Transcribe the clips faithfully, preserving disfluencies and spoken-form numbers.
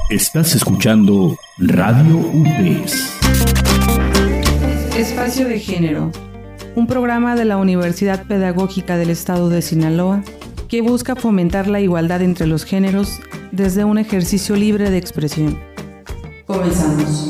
Estás escuchando Radio U P E S. Espacio de Género, un programa de la Universidad Pedagógica del Estado de Sinaloa que busca fomentar la igualdad entre los géneros desde un ejercicio libre de expresión. Comenzamos.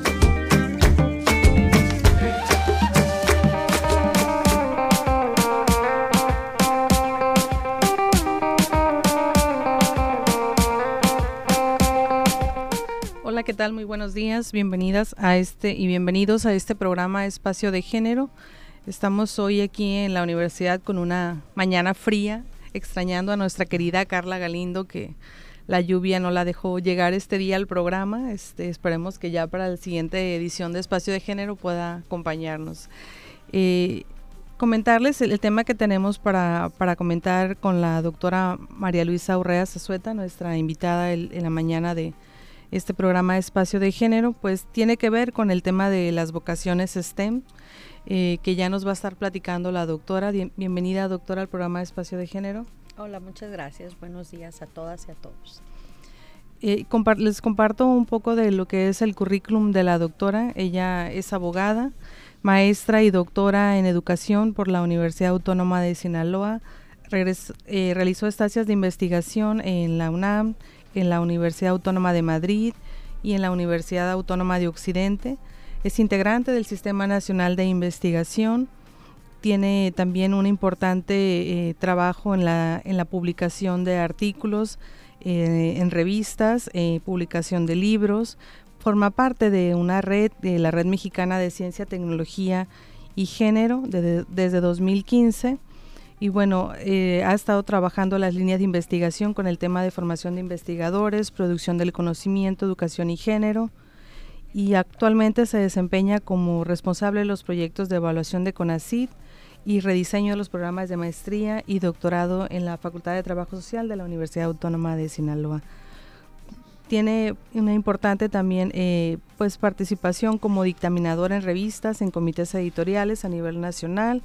Hola, ¿qué tal? Muy buenos días, bienvenidas a este y bienvenidos a este programa Espacio de Género. Estamos hoy aquí en la universidad con una mañana fría, extrañando a nuestra querida Carla Galindo, que la lluvia no la dejó llegar este día al programa. Este, esperemos que ya para la siguiente edición de Espacio de Género pueda acompañarnos. Eh, comentarles el, el tema que tenemos para, para comentar con la doctora María Luisa Urrea Zazueta, nuestra invitada el, en la mañana de este programa Espacio de Género, pues tiene que ver con el tema de las vocaciones STEM, eh, que ya nos va a estar platicando la doctora. Bien, bienvenida, doctora, al programa Espacio de Género. Hola, muchas gracias. Buenos días a todas y a todos. Eh, compart- les comparto un poco de lo que es el currículum de la doctora. Ella es abogada, maestra y doctora en educación por la Universidad Autónoma de Sinaloa. Regres- eh, realizó estancias de investigación en la UNAM, en la Universidad Autónoma de Madrid y en la Universidad Autónoma de Occidente. Es integrante del Sistema Nacional de Investigación. Tiene también un importante eh, trabajo en la, en la publicación de artículos eh, en revistas, eh, publicación de libros. Forma parte de una red, de la Red Mexicana de Ciencia, Tecnología y Género de, desde dos mil quince. Y bueno, eh, ha estado trabajando las líneas de investigación con el tema de formación de investigadores, producción del conocimiento, educación y género, y actualmente se desempeña como responsable de los proyectos de evaluación de CONACYT y rediseño de los programas de maestría y doctorado en la Facultad de Trabajo Social de la Universidad Autónoma de Sinaloa. Tiene una importante también eh, pues participación como dictaminadora en revistas, en comités editoriales a nivel nacional.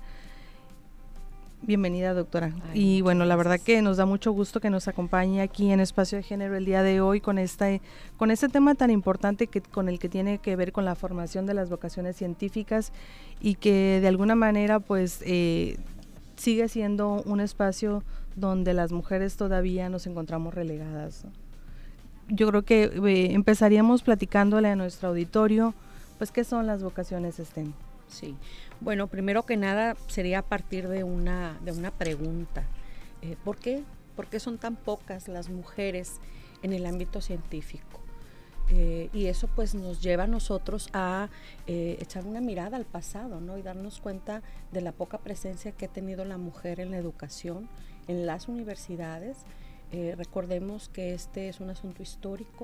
Bienvenida, doctora. Ay, y bueno, la verdad que nos da mucho gusto que nos acompañe aquí en Espacio de Género el día de hoy con este, con este tema tan importante que, con el que tiene que ver con la formación de las vocaciones científicas y que de alguna manera pues eh, sigue siendo un espacio donde las mujeres todavía nos encontramos relegadas, ¿no? Yo creo que eh, empezaríamos platicándole a nuestro auditorio pues qué son las vocaciones STEM. Sí, bueno, primero que nada sería a partir de una, de una pregunta. Eh, ¿Por qué? ¿Por qué son tan pocas las mujeres en el ámbito científico? Eh, y eso pues nos lleva a nosotros a eh, echar una mirada al pasado, ¿no? Y darnos cuenta de la poca presencia que ha tenido la mujer en la educación, en las universidades. Eh, recordemos que este es un asunto histórico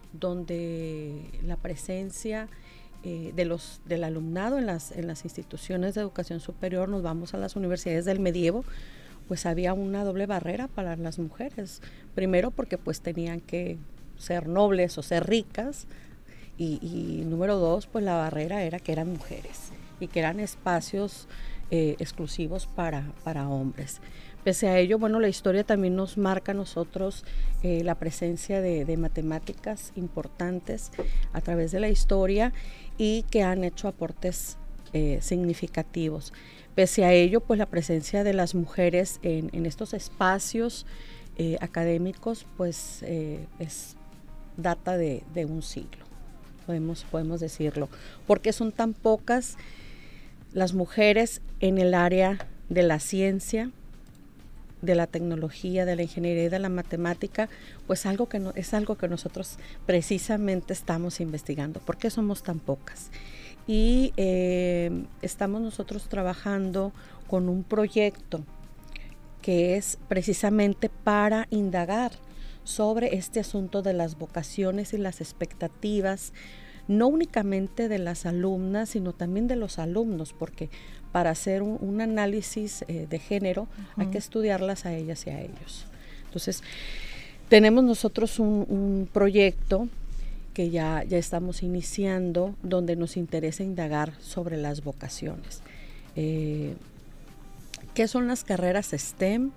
donde la presencia Eh, de los del alumnado en las en las instituciones de educación superior, nos vamos a las universidades del medievo, pues había una doble barrera para las mujeres. Primero porque pues tenían que ser nobles o ser ricas y, y número dos, pues la barrera era que eran mujeres y que eran espacios eh, exclusivos para, para hombres. Pese a ello, bueno, la historia también nos marca a nosotros eh, la presencia de, de matemáticas importantes a través de la historia y que han hecho aportes eh, significativos. Pese a ello, pues la presencia de las mujeres en, en estos espacios eh, académicos, pues eh, es data de, de un siglo, podemos, podemos decirlo, porque son tan pocas las mujeres en el área de la ciencia, de la tecnología, de la ingeniería y de la matemática, pues algo que no, es algo que nosotros precisamente estamos investigando. ¿Por qué somos tan pocas? Y eh, estamos nosotros trabajando con un proyecto que es precisamente para indagar sobre este asunto de las vocaciones y las expectativas, no únicamente de las alumnas, sino también de los alumnos, porque para hacer un, un análisis eh, de género uh-huh. hay que estudiarlas a ellas y a ellos. Entonces, tenemos nosotros un, un proyecto que ya, ya estamos iniciando, donde nos interesa indagar sobre las vocaciones. Eh, ¿Qué son las carreras STEM?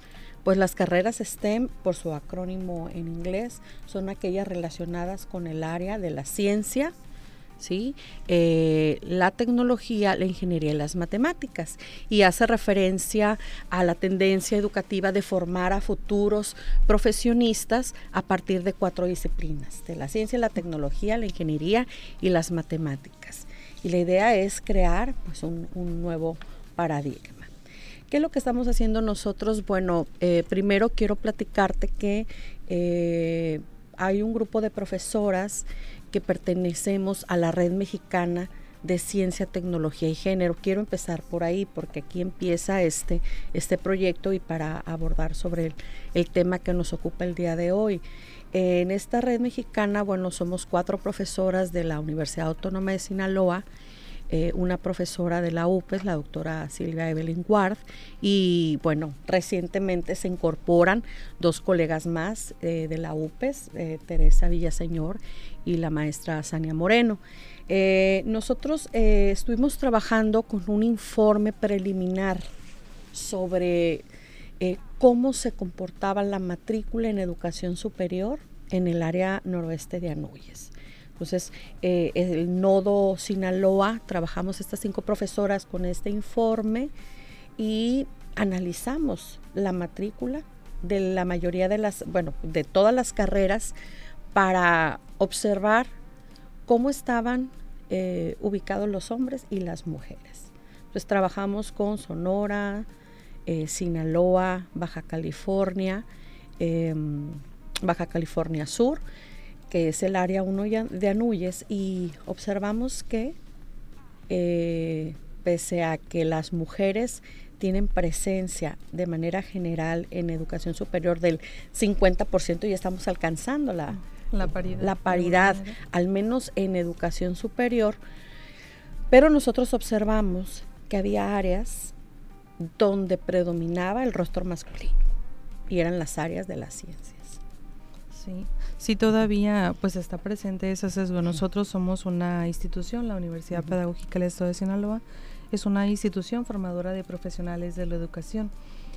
Pues las carreras STEM, por su acrónimo en inglés, son aquellas relacionadas con el área de la ciencia, ¿sí? Eh, la tecnología, la ingeniería y las matemáticas, y hace referencia a la tendencia educativa de formar a futuros profesionistas a partir de cuatro disciplinas, de la ciencia, la tecnología, la ingeniería y las matemáticas. Y la idea es crear pues un, un nuevo paradigma. ¿Qué es lo que estamos haciendo nosotros? Bueno, eh, primero quiero platicarte que eh, hay un grupo de profesoras que pertenecemos a la Red Mexicana de Ciencia, Tecnología y Género. Quiero empezar por ahí porque aquí empieza este, este proyecto y para abordar sobre el, el tema que nos ocupa el día de hoy. Eh, en esta red mexicana, bueno, somos cuatro profesoras de la Universidad Autónoma de Sinaloa, eh, una profesora de la U P E S, la doctora Silvia Evelyn Ward, y bueno, recientemente se incorporan dos colegas más eh, de la U P E S, eh, Teresa Villaseñor y la maestra Sania Moreno. Eh, nosotros eh, estuvimos trabajando con un informe preliminar sobre eh, cómo se comportaba la matrícula en educación superior en el área noroeste de Anúyez. Entonces, eh, el nodo Sinaloa, trabajamos estas cinco profesoras con este informe y analizamos la matrícula de la mayoría de las, bueno, de todas las carreras para observar cómo estaban eh, ubicados los hombres y las mujeres. Entonces, trabajamos con Sonora, eh, Sinaloa, Baja California, eh, Baja California Sur, que es el área uno de Anúyez, y observamos que eh, pese a que las mujeres tienen presencia de manera general en educación superior del cincuenta por ciento, y estamos alcanzando la, la paridad, la paridad al menos en educación superior, pero nosotros observamos que había áreas donde predominaba el rostro masculino, y eran las áreas de las ciencias. Sí, sí, todavía pues está presente ese sesgo. Nosotros somos una institución, la Universidad uh-huh. Pedagógica del Estado de Sinaloa, es una institución formadora de profesionales de la educación,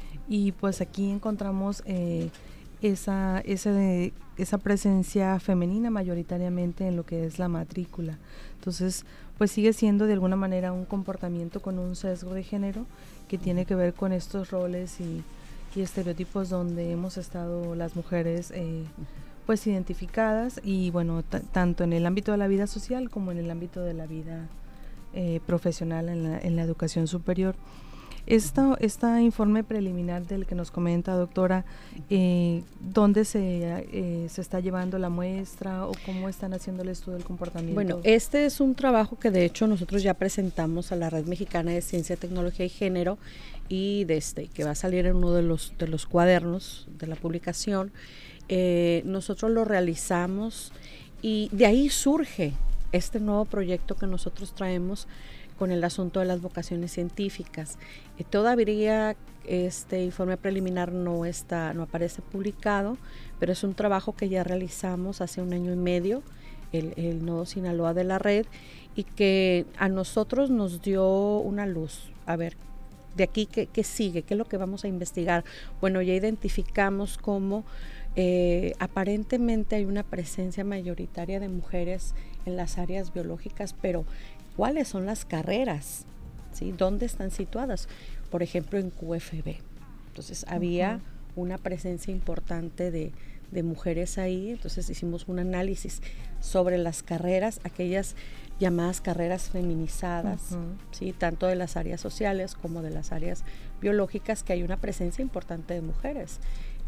y pues aquí encontramos eh, esa, esa, de, esa presencia femenina mayoritariamente en lo que es la matrícula. Entonces, pues sigue siendo de alguna manera un comportamiento con un sesgo de género que tiene que ver con estos roles y y estereotipos donde hemos estado las mujeres eh, pues identificadas, y bueno, t- tanto en el ámbito de la vida social como en el ámbito de la vida eh, profesional en la, en la educación superior. Esta, este informe preliminar del que nos comenta, doctora, eh, ¿dónde se, eh, se está llevando la muestra o cómo están haciendo el estudio del comportamiento? Bueno, este es un trabajo que de hecho nosotros ya presentamos a la Red Mexicana de Ciencia, Tecnología y Género, y desde que va a salir en uno de los, de los cuadernos de la publicación. Eh, nosotros lo realizamos y de ahí surge este nuevo proyecto que nosotros traemos con el asunto de las vocaciones científicas. Eh, todavía este informe preliminar no está, no aparece publicado, pero es un trabajo que ya realizamos hace un año y medio, el, el nodo Sinaloa de la red, y que a nosotros nos dio una luz. A ver, de aquí, ¿qué, qué sigue? ¿Qué es lo que vamos a investigar? Bueno, ya identificamos cómo eh, aparentemente hay una presencia mayoritaria de mujeres en las áreas biológicas, pero ¿cuáles son las carreras? ¿Sí? ¿Dónde están situadas? Por ejemplo, en Q F B. Entonces, había uh-huh. una presencia importante de, de mujeres ahí. Entonces, hicimos un análisis sobre las carreras, aquellas llamadas carreras feminizadas, uh-huh. ¿sí? Tanto de las áreas sociales como de las áreas biológicas, que hay una presencia importante de mujeres.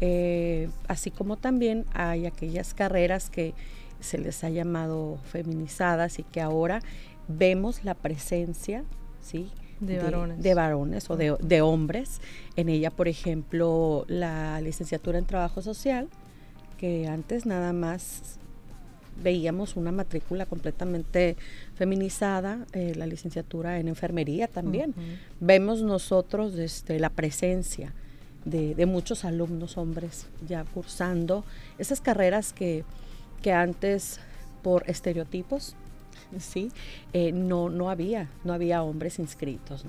Eh, así como también hay aquellas carreras que se les ha llamado feminizadas y que ahora vemos la presencia, ¿sí? de, de varones, de varones o de, de hombres en ella. Por ejemplo, la licenciatura en trabajo social, que antes nada más veíamos una matrícula completamente feminizada, eh, la licenciatura en enfermería también. Uh-huh. Vemos nosotros este, la presencia de, de muchos alumnos hombres ya cursando esas carreras que, que antes por estereotipos, sí, eh, no, no había, no había hombres inscritos, ¿no?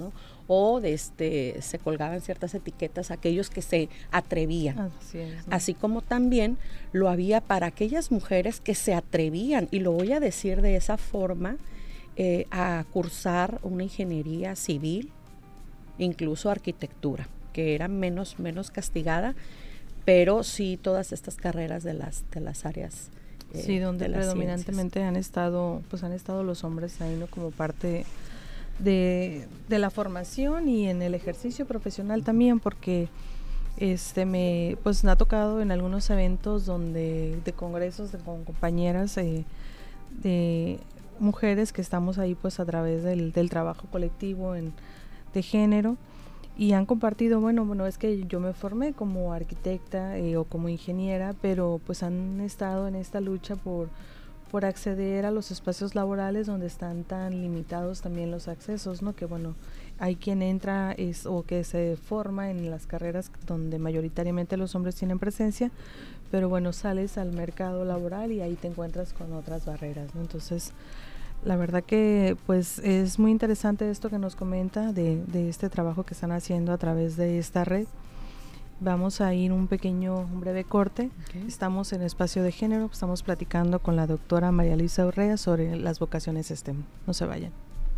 o de este, se colgaban ciertas etiquetas a aquellos que se atrevían. Así es, ¿no? Así como también lo había para aquellas mujeres que se atrevían, y lo voy a decir de esa forma, eh, a cursar una ingeniería civil, incluso arquitectura, que era menos, menos castigada, pero sí todas estas carreras de las, de las áreas eh, sí, donde de las predominantemente ciencias. han estado, pues han estado los hombres ahí, ¿no? Como parte de, de la formación y en el ejercicio profesional también, porque este me pues me ha tocado en algunos eventos donde de congresos de, con compañeras eh, de mujeres que estamos ahí pues a través del, del trabajo colectivo en, de género, y han compartido, bueno, bueno, es que yo me formé como arquitecta eh, o como ingeniera, pero pues han estado en esta lucha por por acceder a los espacios laborales donde están tan limitados también los accesos, ¿no? Que bueno, hay quien entra es, o que se forma en las carreras donde mayoritariamente los hombres tienen presencia, pero bueno, sales al mercado laboral y ahí te encuentras con otras barreras, ¿no? Entonces, la verdad que pues es muy interesante esto que nos comenta de, de este trabajo que están haciendo a través de esta red. Vamos a ir un pequeño, un breve corte. Okay. Estamos en Espacio de Género, estamos platicando con la doctora María Luisa Urrea sobre las vocaciones STEM. No se vayan.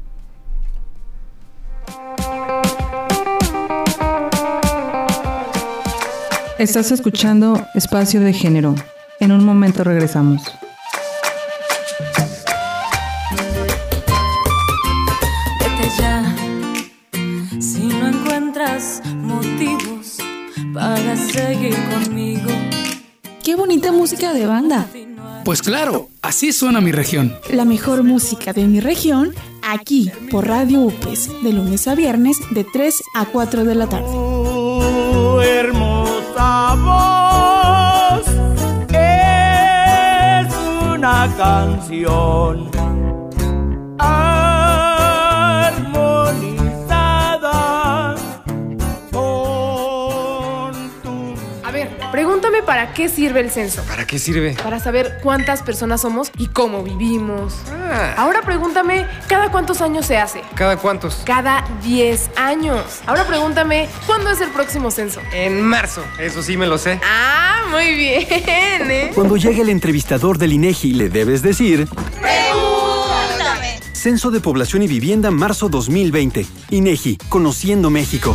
Estás escuchando Espacio de Género. En un momento regresamos. Vete ya, si no encuentras motivos para seguir conmigo. ¡Qué bonita música de banda! Pues claro, así suena mi región. La mejor música de mi región, aquí, por Radio U P E S, de lunes a viernes, de tres a cuatro de la tarde. Tu hermosa voz es una canción armonizada con tu... A ver, pregúntame para qué sirve el censo. ¿Para qué sirve? Para saber cuántas personas somos y cómo vivimos. Ah. Ahora pregúntame, ¿cada cuántos años se hace? ¿Cada cuántos? Cada diez años. Ahora pregúntame, ¿cuándo es el próximo censo? En marzo. Eso sí me lo sé. Ah, muy bien, ¿eh? Cuando llegue el entrevistador del INEGI, le debes decir... ¡Pregúntame! Censo de Población y Vivienda, marzo dos mil veinte. INEGI, Conociendo México.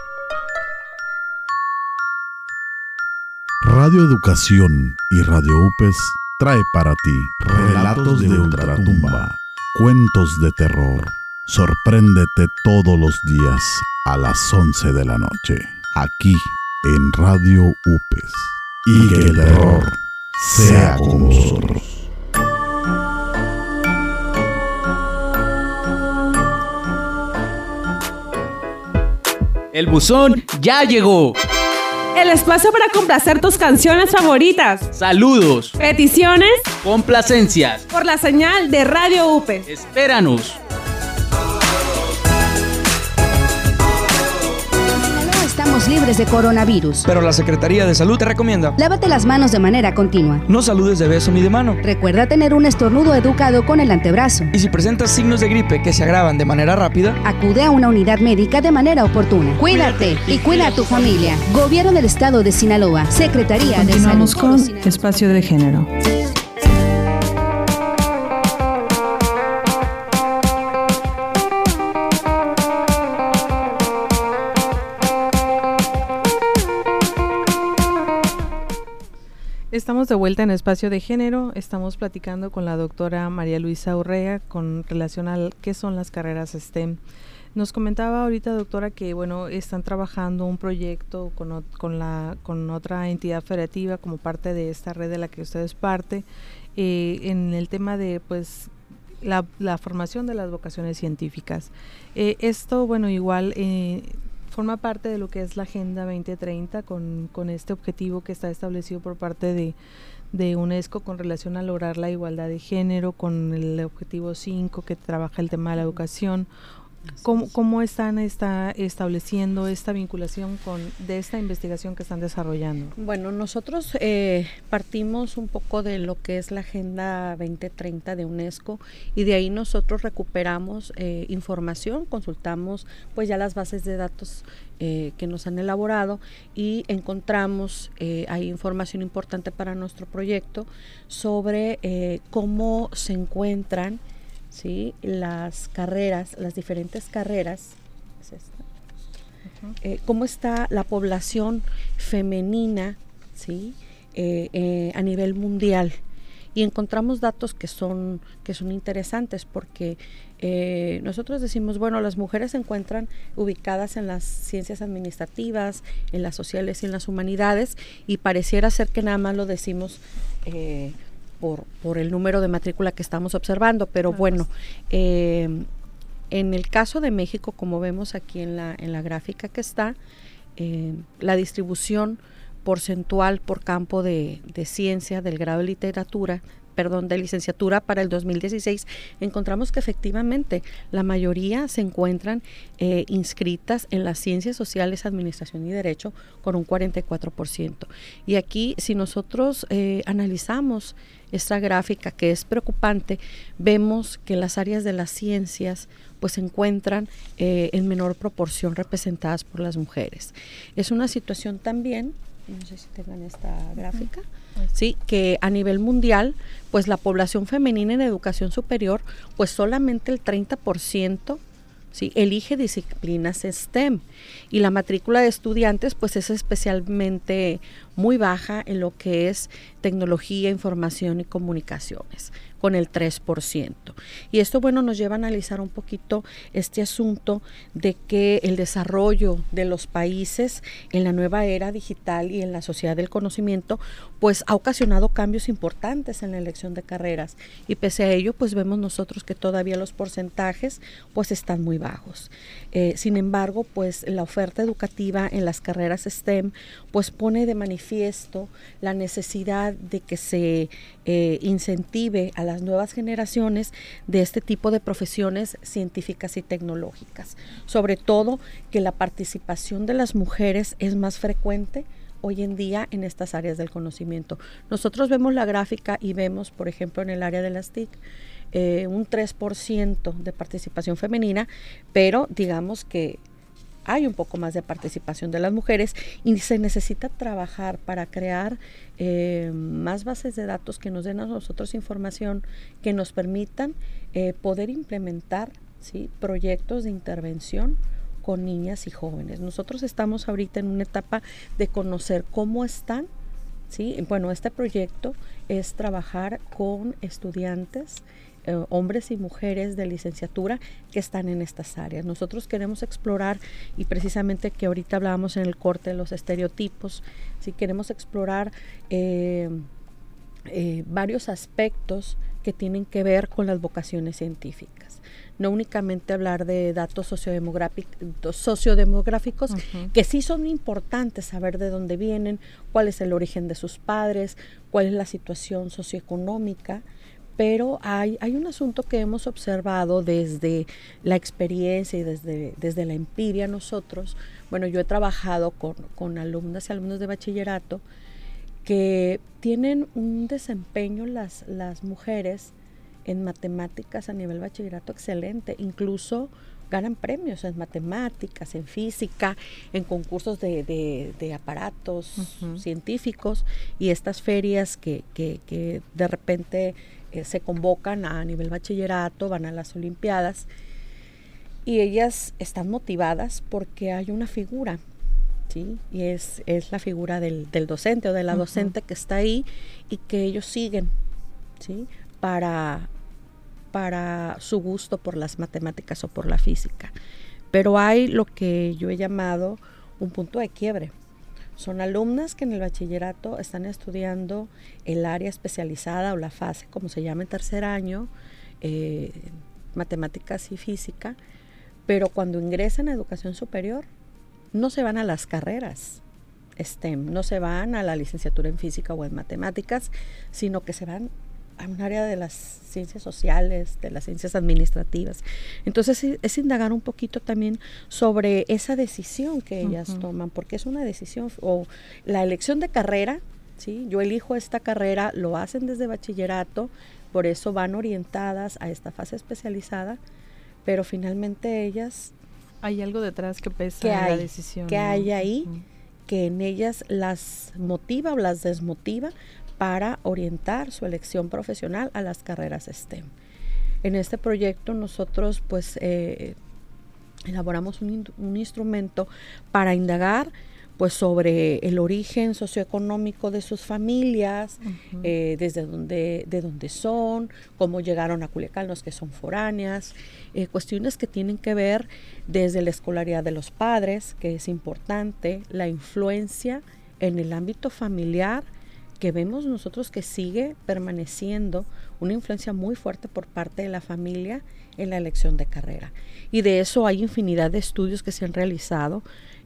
Radio Educación y Radio U P E S trae para ti Relatos de Ultratumba, cuentos de terror. Sorpréndete todos los días a las once de la noche, aquí en Radio U P E S. Y que el terror sea con nosotros. El buzón ya llegó. El espacio para complacer tus canciones favoritas. Saludos. Peticiones. Complacencias. Por la señal de Radio U P E S. Espéranos. Estamos libres de coronavirus. Pero la Secretaría de Salud te recomienda: lávate las manos de manera continua. No saludes de beso ni de mano. Recuerda tener un estornudo educado con el antebrazo. Y si presentas signos de gripe que se agravan de manera rápida, acude a una unidad médica de manera oportuna. Cuídate y cuida a tu familia. Gobierno del Estado de Sinaloa. Secretaría de Salud. Continuamos con Espacio de Género. Estamos de vuelta en Espacio de Género. Estamos platicando con la doctora María Luisa Urrea con relación a qué son las carreras STEM. Nos comentaba ahorita, doctora, que bueno, están trabajando un proyecto con, con, la, con otra entidad federativa como parte de esta red de la que usted es parte, eh, en el tema de pues la, la formación de las vocaciones científicas. Eh, esto, bueno, igual... Eh, forma parte de lo que es la Agenda veinte treinta con, con este objetivo que está establecido por parte de, de UNESCO con relación a lograr la igualdad de género, con el objetivo cinco que trabaja el tema de la educación, ¿Cómo, ¿Cómo están está estableciendo esta vinculación con de esta investigación que están desarrollando? Bueno, nosotros eh, partimos un poco de lo que es la Agenda veinte treinta de UNESCO y de ahí nosotros recuperamos eh, información, consultamos pues ya las bases de datos eh, que nos han elaborado y encontramos eh, hay información importante para nuestro proyecto sobre eh, cómo se encuentran ¿sí? las carreras, las diferentes carreras, ¿es esta? Uh-huh. eh, cómo está la población femenina, ¿sí? eh, eh, a nivel mundial. Y encontramos datos que son, que son interesantes porque eh, nosotros decimos, bueno, las mujeres se encuentran ubicadas en las ciencias administrativas, en las sociales y en las humanidades y pareciera ser que nada más lo decimos eh, Por, por el número de matrícula que estamos observando, pero ah, bueno, eh, en el caso de México, como vemos aquí en la, en la gráfica que está, eh, la distribución porcentual por campo de, de ciencia del grado de literatura, perdón, de licenciatura para el dos mil dieciséis, encontramos que efectivamente la mayoría se encuentran eh, inscritas en las ciencias sociales, administración y derecho con un cuarenta y cuatro por ciento. Y aquí, si nosotros eh, analizamos esta gráfica que es preocupante, vemos que las áreas de las ciencias pues se encuentran eh, en menor proporción representadas por las mujeres. Es una situación también, no sé si tengan esta gráfica, uh-huh. sí, que a nivel mundial, pues la población femenina en educación superior, pues solamente el treinta por ciento ¿sí? elige disciplinas STEM y la matrícula de estudiantes pues es especialmente muy baja en lo que es tecnología, información y comunicaciones, con el tres por ciento. Y esto, bueno, nos lleva a analizar un poquito este asunto de que el desarrollo de los países en la nueva era digital y en la sociedad del conocimiento, pues ha ocasionado cambios importantes en la elección de carreras. Y pese a ello, pues vemos nosotros que todavía los porcentajes, pues están muy bajos. Eh, sin embargo, pues la oferta educativa en las carreras STEM, pues pone de manifiesto la necesidad de que se eh, incentive a las nuevas generaciones de este tipo de profesiones científicas y tecnológicas. Sobre todo que la participación de las mujeres es más frecuente hoy en día en estas áreas del conocimiento. Nosotros vemos la gráfica y vemos, por ejemplo, en el área de las T I C, eh, un tres por ciento de participación femenina, pero digamos que hay un poco más de participación de las mujeres y se necesita trabajar para crear eh, más bases de datos que nos den a nosotros información que nos permitan eh, poder implementar ¿sí? proyectos de intervención con niñas y jóvenes. Nosotros estamos ahorita en una etapa de conocer cómo están, ¿sí? Bueno, este proyecto es trabajar con estudiantes, Eh, hombres y mujeres de licenciatura que están en estas áreas. Nosotros queremos explorar, y precisamente que ahorita hablábamos en el corte de los estereotipos, si queremos explorar eh, eh, varios aspectos que tienen que ver con las vocaciones científicas. No únicamente hablar de datos sociodemográficos, sociodemográficos uh-huh. que sí son importantes, saber de dónde vienen, cuál es el origen de sus padres, cuál es la situación socioeconómica, pero hay, hay un asunto que hemos observado desde la experiencia y desde, desde la empiria nosotros. Bueno, yo he trabajado con, con alumnas y alumnos de bachillerato que tienen un desempeño las, las mujeres en matemáticas a nivel bachillerato excelente, incluso ganan premios en matemáticas, en física, en concursos de, de, de aparatos uh-huh. científicos y estas ferias que, que, que de repente eh, se convocan a nivel bachillerato, van a las olimpiadas y ellas están motivadas porque hay una figura, ¿sí? Y es, es la figura del, del docente o de la uh-huh. docente que está ahí y que ellos siguen, ¿sí? Para... para su gusto por las matemáticas o por la física. Pero hay lo que yo he llamado un punto de quiebre. Son alumnas que en el bachillerato están estudiando el área especializada o la fase, como se llama en tercer año, eh, matemáticas y física, pero cuando ingresan a educación superior no se van a las carreras STEM, no se van a la licenciatura en física o en matemáticas, sino que se van a un área de las ciencias sociales, de las ciencias administrativas. Entonces es, es indagar un poquito también sobre esa decisión que ellas uh-huh. toman, porque es una decisión, o la elección de carrera, ¿sí? Yo elijo esta carrera, lo hacen desde bachillerato, por eso van orientadas a esta fase especializada, pero finalmente ellas... Hay algo detrás que pesa que hay, la decisión. Que ¿no? hay ahí, uh-huh. que en ellas las motiva o las desmotiva para orientar su elección profesional a las carreras STEM. En este proyecto nosotros pues eh, elaboramos un, un instrumento para indagar pues sobre el origen socioeconómico de sus familias, uh-huh. eh, desde donde, de dónde son, cómo llegaron a Culiacán, los que son foráneas, eh, cuestiones que tienen que ver desde la escolaridad de los padres, que es importante, la influencia en el ámbito familiar, que vemos nosotros que sigue permaneciendo una influencia muy fuerte por parte de la familia en la elección de carrera. Y de eso hay infinidad de estudios que se han realizado.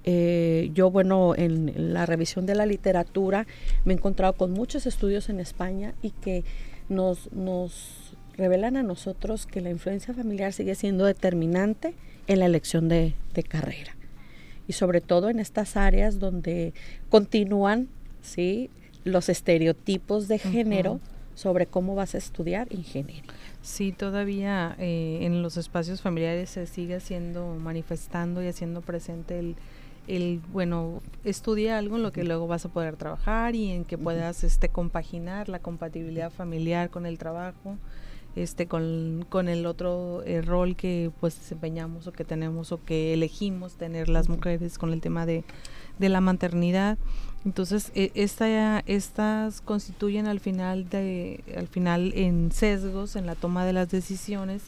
Eh, yo, bueno, en, en la revisión de la literatura me he encontrado con muchos estudios en España y que nos, nos revelan a nosotros que la influencia familiar sigue siendo determinante en la elección de, de carrera. Y sobre todo en estas áreas donde continúan, ¿sí?, los estereotipos de género uh-huh. sobre cómo vas a estudiar ingeniería. Sí, todavía eh, en los espacios familiares se sigue haciendo, manifestando y haciendo presente el, el, bueno, estudia algo en lo que luego vas a poder trabajar y en que puedas este, compaginar la compatibilidad familiar con el trabajo, este, con, con el otro eh, rol que pues desempeñamos o que tenemos o que elegimos tener las mujeres con el tema de, de la maternidad. Entonces eh, esta, estas constituyen al final de al final en sesgos en la toma de las decisiones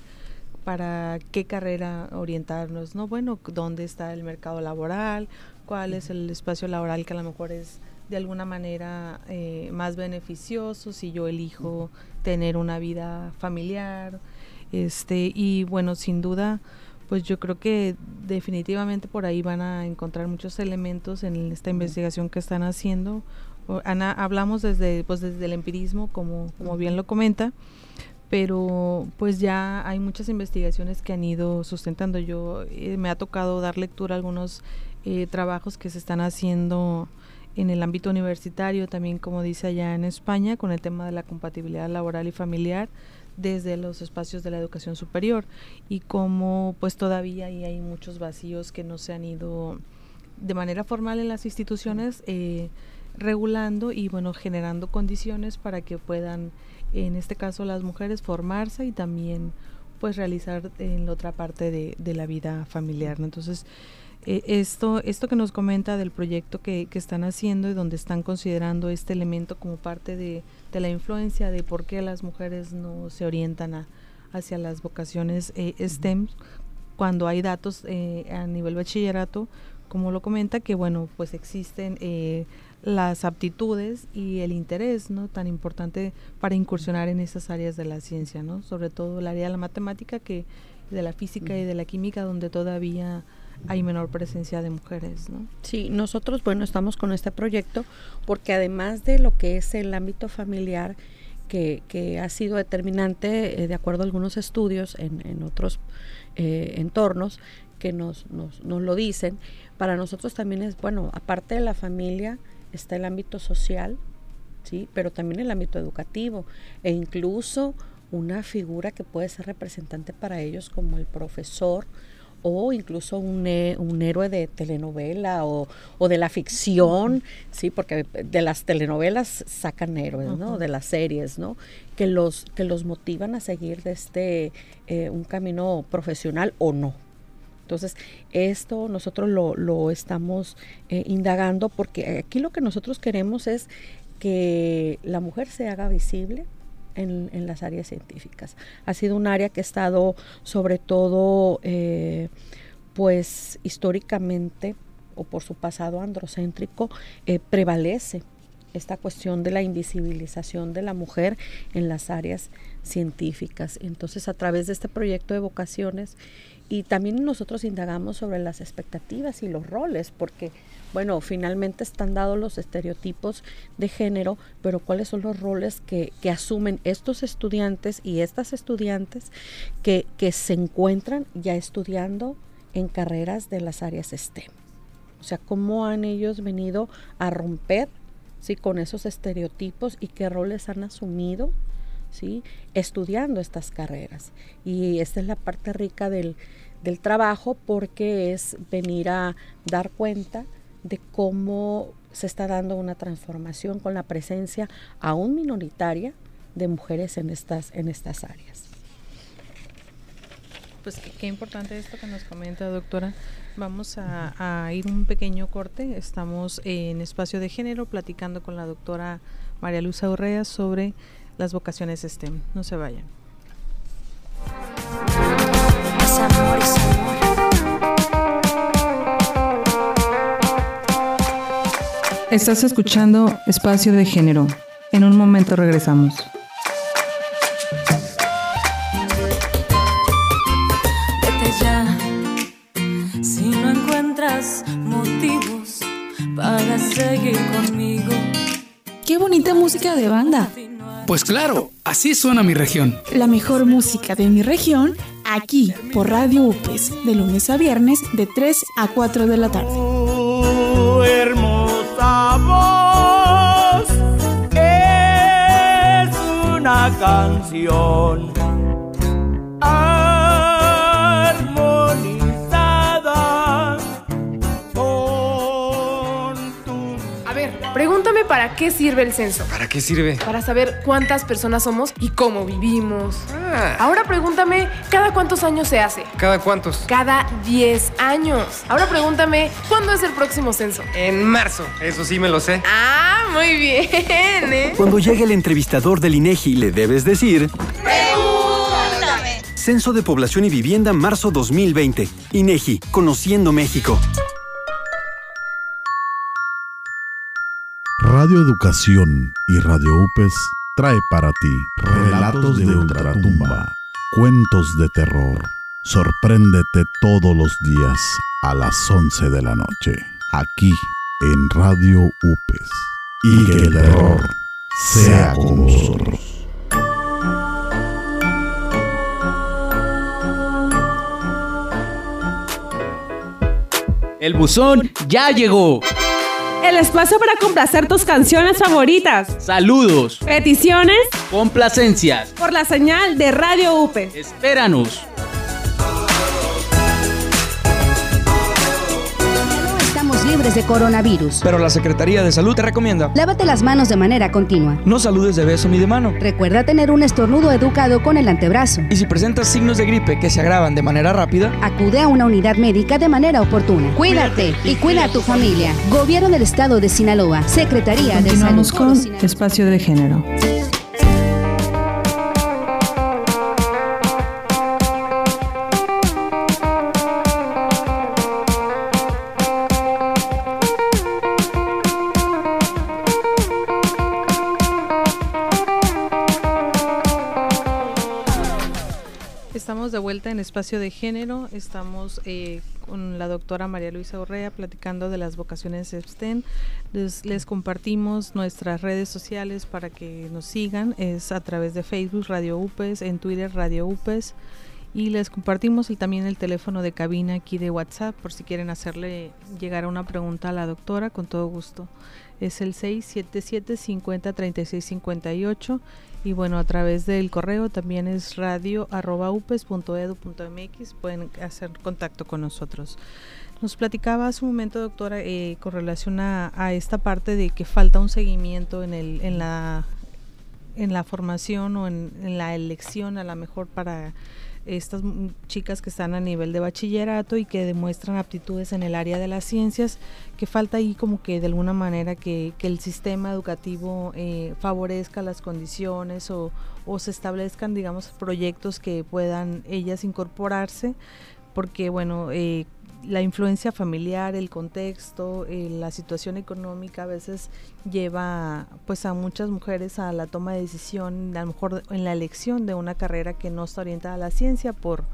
para qué carrera orientarnos, ¿no? Bueno, dónde está el mercado laboral, cuál es el espacio laboral que a lo mejor es de alguna manera eh, más beneficioso si yo elijo tener una vida familiar, este y bueno, sin duda pues yo creo que definitivamente por ahí van a encontrar muchos elementos en esta investigación que están haciendo. Ana, hablamos desde pues desde el empirismo, como, como bien lo comenta, pero pues ya hay muchas investigaciones que han ido sustentando. Yo eh, me ha tocado dar lectura a algunos eh, trabajos que se están haciendo en el ámbito universitario, también como dice allá en España, con el tema de la compatibilidad laboral y familiar, desde los espacios de la educación superior y como pues todavía ahí hay muchos vacíos que no se han ido de manera formal en las instituciones eh, regulando y bueno generando condiciones para que puedan en este caso las mujeres formarse y también pues realizar en la otra parte de, de la vida familiar, ¿no? Entonces eh, esto esto que nos comenta del proyecto que, que están haciendo y donde están considerando este elemento como parte de, de la influencia de por qué las mujeres no se orientan a, hacia las vocaciones eh, STEM cuando hay datos eh, a nivel bachillerato, como lo comenta, que bueno, pues existen eh, las aptitudes y el interés, ¿no?, tan importante para incursionar en esas áreas de la ciencia, ¿no?, sobre todo el área de la matemática, que de la física y de la química, donde todavía hay menor presencia de mujeres, ¿no? Sí, nosotros, bueno, estamos con este proyecto porque además de lo que es el ámbito familiar, que, que ha sido determinante, eh, de acuerdo a algunos estudios en, en otros eh, entornos que nos, nos, nos lo dicen, para nosotros también es, bueno, aparte de la familia, está el ámbito social, ¿sí?, pero también el ámbito educativo e incluso una figura que puede ser representante para ellos como el profesor o incluso un, eh, un héroe de telenovela o, o de la ficción, uh-huh. sí, porque de las telenovelas sacan héroes, uh-huh. ¿no?, de las series, ¿no?, que los, que los motivan a seguir de este, eh, un camino profesional o no. Entonces, esto nosotros lo, lo estamos eh, indagando porque aquí lo que nosotros queremos es que la mujer se haga visible en, en las áreas científicas. Ha sido un área que ha estado sobre todo, eh, pues históricamente o por su pasado androcéntrico, eh, prevalece esta cuestión de la invisibilización de la mujer en las áreas científicas. Entonces, a través de este proyecto de vocaciones y también nosotros indagamos sobre las expectativas y los roles, porque bueno, finalmente están dados los estereotipos de género, pero ¿cuáles son los roles que, que asumen estos estudiantes y estas estudiantes que, que se encuentran ya estudiando en carreras de las áreas STEM? O sea, ¿cómo han ellos venido a romper, ¿sí?, con esos estereotipos y qué roles han asumido, ¿sí?, estudiando estas carreras? Y esta es la parte rica del, del trabajo, porque es venir a dar cuenta de cómo se está dando una transformación con la presencia aún minoritaria de mujeres en estas, en estas áreas. Pues qué, qué importante esto que nos comenta, doctora. Vamos a, a ir un pequeño corte. Estamos en Espacio de Género platicando con la doctora María Luisa Urrea sobre las vocaciones STEM. No se vayan. Es amor, es amor. Estás escuchando Espacio de Género. En un momento regresamos. Vete ya, si no encuentras motivos para seguir conmigo. ¡Qué bonita música de banda! Pues claro, así suena mi región. La mejor música de mi región, aquí por Radio U P E S, de lunes a viernes de tres a cuatro de la tarde. Tu hermosa voz es una canción armonizada con tu... A ver, pregúntame para qué sirve el censo. ¿Para qué sirve? Para saber cuántas personas somos y cómo vivimos. Ah. Ahora pregúntame, ¿cada cuántos años se hace? ¿Cada cuántos? Cada diez años. Ahora pregúntame, ¿cuándo es el próximo censo? En marzo, eso sí me lo sé. Ah, muy bien, ¿eh? Cuando llegue el entrevistador del INEGI, le debes decir... ¡Pregúntame! Censo de Población y Vivienda, marzo dos mil veinte. INEGI, Conociendo México. Radio Educación y Radio U P E S trae para ti relatos de ultratumba, cuentos de terror. Sorpréndete todos los días a las once de la noche, aquí en Radio U P E S. Y que el terror sea con nosotros. El buzón ya llegó. El espacio para complacer tus canciones favoritas. Saludos. Peticiones. Complacencias. Por la señal de Radio U P E S. Espéranos. Estamos libres de coronavirus. Pero la Secretaría de Salud te recomienda: lávate las manos de manera continua. No saludes de beso ni de mano. Recuerda tener un estornudo educado con el antebrazo. Y si presentas signos de gripe que se agravan de manera rápida, acude a una unidad médica de manera oportuna. Cuídate y cuida a tu familia. Gobierno del Estado de Sinaloa. Secretaría de Salud. Continuamos con Espacio de Género. Estamos de vuelta en Espacio de Género. Estamos eh, con la doctora María Luisa Urrea platicando de las vocaciones STEM. Les, les compartimos nuestras redes sociales para que nos sigan. Es a través de Facebook Radio U P E S, en Twitter Radio U P E S, y les compartimos el, también el teléfono de cabina aquí de WhatsApp por si quieren hacerle llegar una pregunta a la doctora, con todo gusto. Es el seis siete siete, cinco cero, tres seis cinco ocho. Y bueno, a través del correo también es radio arroba upes punto edu punto mx, pueden hacer contacto con nosotros. Nos platicaba hace un momento, doctora, eh, con relación a, a esta parte de que falta un seguimiento en el en la en la formación o en, en la elección, a lo mejor para estas chicas que están a nivel de bachillerato y que demuestran aptitudes en el área de las ciencias, que falta ahí como que de alguna manera que, que el sistema educativo eh, favorezca las condiciones o, o se establezcan, digamos, proyectos que puedan ellas incorporarse, porque bueno, eh, la influencia familiar, el contexto, eh, la situación económica a veces lleva pues a muchas mujeres a la toma de decisión, a lo mejor en la elección de una carrera que no está orientada a la ciencia por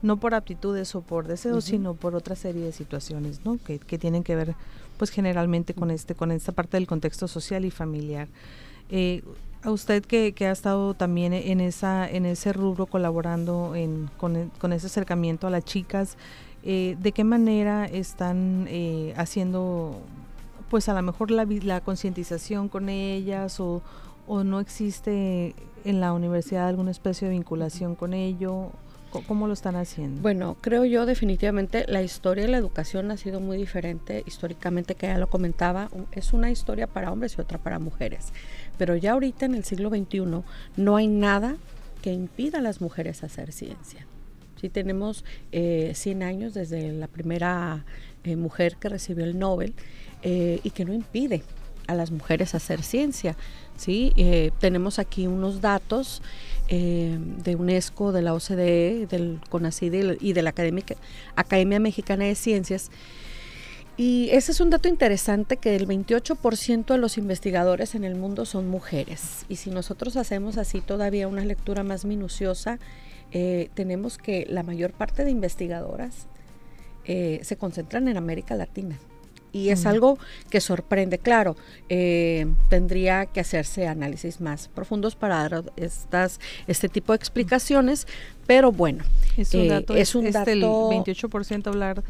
no por aptitudes o por deseos, Uh-huh. sino por otra serie de situaciones, ¿no? Que, que tienen que ver, pues generalmente con este, con esta parte del contexto social y familiar. Eh, a usted que, que ha estado también en esa, en ese rubro colaborando en, con, con ese acercamiento a las chicas, eh, ¿de qué manera están eh, haciendo, pues a lo mejor la, la concientización con ellas, o, o no existe en la universidad alguna especie de vinculación con ello? ¿Cómo lo están haciendo? Bueno, creo yo definitivamente la historia de la educación ha sido muy diferente históricamente, que ya lo comentaba, es una historia para hombres y otra para mujeres, pero ya ahorita en el siglo veintiuno no hay nada que impida a las mujeres hacer ciencia. Sí, tenemos eh, cien años desde la primera eh, mujer que recibió el Nobel eh, y que no impide a las mujeres hacer ciencia. Sí, eh, tenemos aquí unos datos eh, de UNESCO, de la O C D E, del CONACYT y de la Academia, Academia Mexicana de Ciencias. Y ese es un dato interesante, que el veintiocho por ciento de los investigadores en el mundo son mujeres. Y si nosotros hacemos así todavía una lectura más minuciosa, eh, tenemos que la mayor parte de investigadoras eh, se concentran en América Latina. Y es uh-huh. algo que sorprende. Claro, eh, tendría que hacerse análisis más profundos para dar estas, este tipo de explicaciones, pero bueno, es un eh, dato, es un es dato, el veintiocho por ciento hablar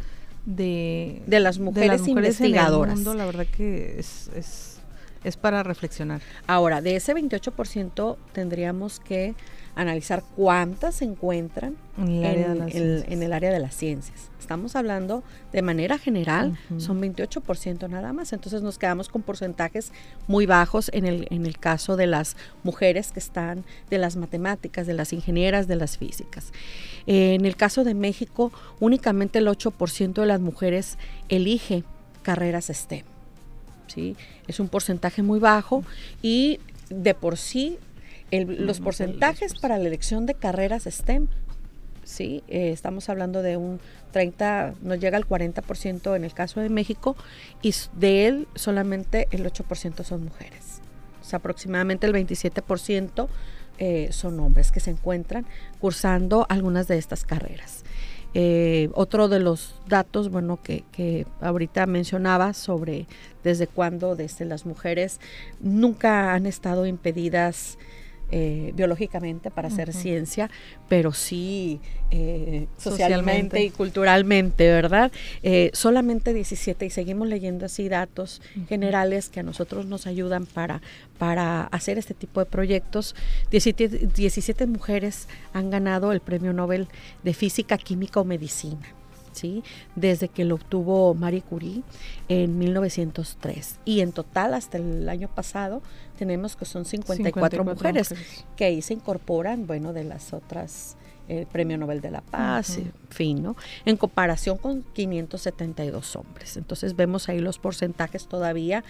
de, de las mujeres, de las mujeres investigadoras. En el mundo, la verdad que es, es, es para reflexionar. Ahora, de ese veintiocho por ciento tendríamos que analizar cuántas se encuentran en el, área en, de las el, en el área de las ciencias. Estamos hablando de manera general, uh-huh. son veintiocho por ciento nada más, entonces nos quedamos con porcentajes muy bajos en el, en el caso de las mujeres que están, de las matemáticas, de las ingenieras, de las físicas. Eh, en el caso de México, únicamente el ocho por ciento de las mujeres elige carreras STEM. ¿Sí? Es un porcentaje muy bajo y de por sí el, los porcentajes para la elección de carreras STEM, sí, eh, estamos hablando de un treinta, nos llega al cuarenta por ciento en el caso de México, y de él solamente el ocho por ciento son mujeres. O sea, aproximadamente el veintisiete por ciento eh, son hombres que se encuentran cursando algunas de estas carreras. Eh, otro de los datos, bueno, que, que ahorita mencionaba sobre desde cuándo desde las mujeres nunca han estado impedidas eh, biológicamente para hacer uh-huh. ciencia, pero sí eh, socialmente, socialmente y culturalmente, ¿verdad? Eh, solamente diecisiete, y seguimos leyendo así datos uh-huh. generales que a nosotros nos ayudan para, para hacer este tipo de proyectos. diecisiete, diecisiete mujeres han ganado el Premio Nobel de Física, Química o Medicina, ¿sí? Desde que lo obtuvo Marie Curie en mil novecientos tres, y en total hasta el año pasado tenemos que son cincuenta y cuatro, cincuenta y cuatro mujeres, mujeres que ahí se incorporan, bueno, de las otras, el Premio Nobel de la Paz, uh-huh. en fin, ¿no? En comparación con quinientos setenta y dos hombres. Entonces vemos ahí los porcentajes todavía,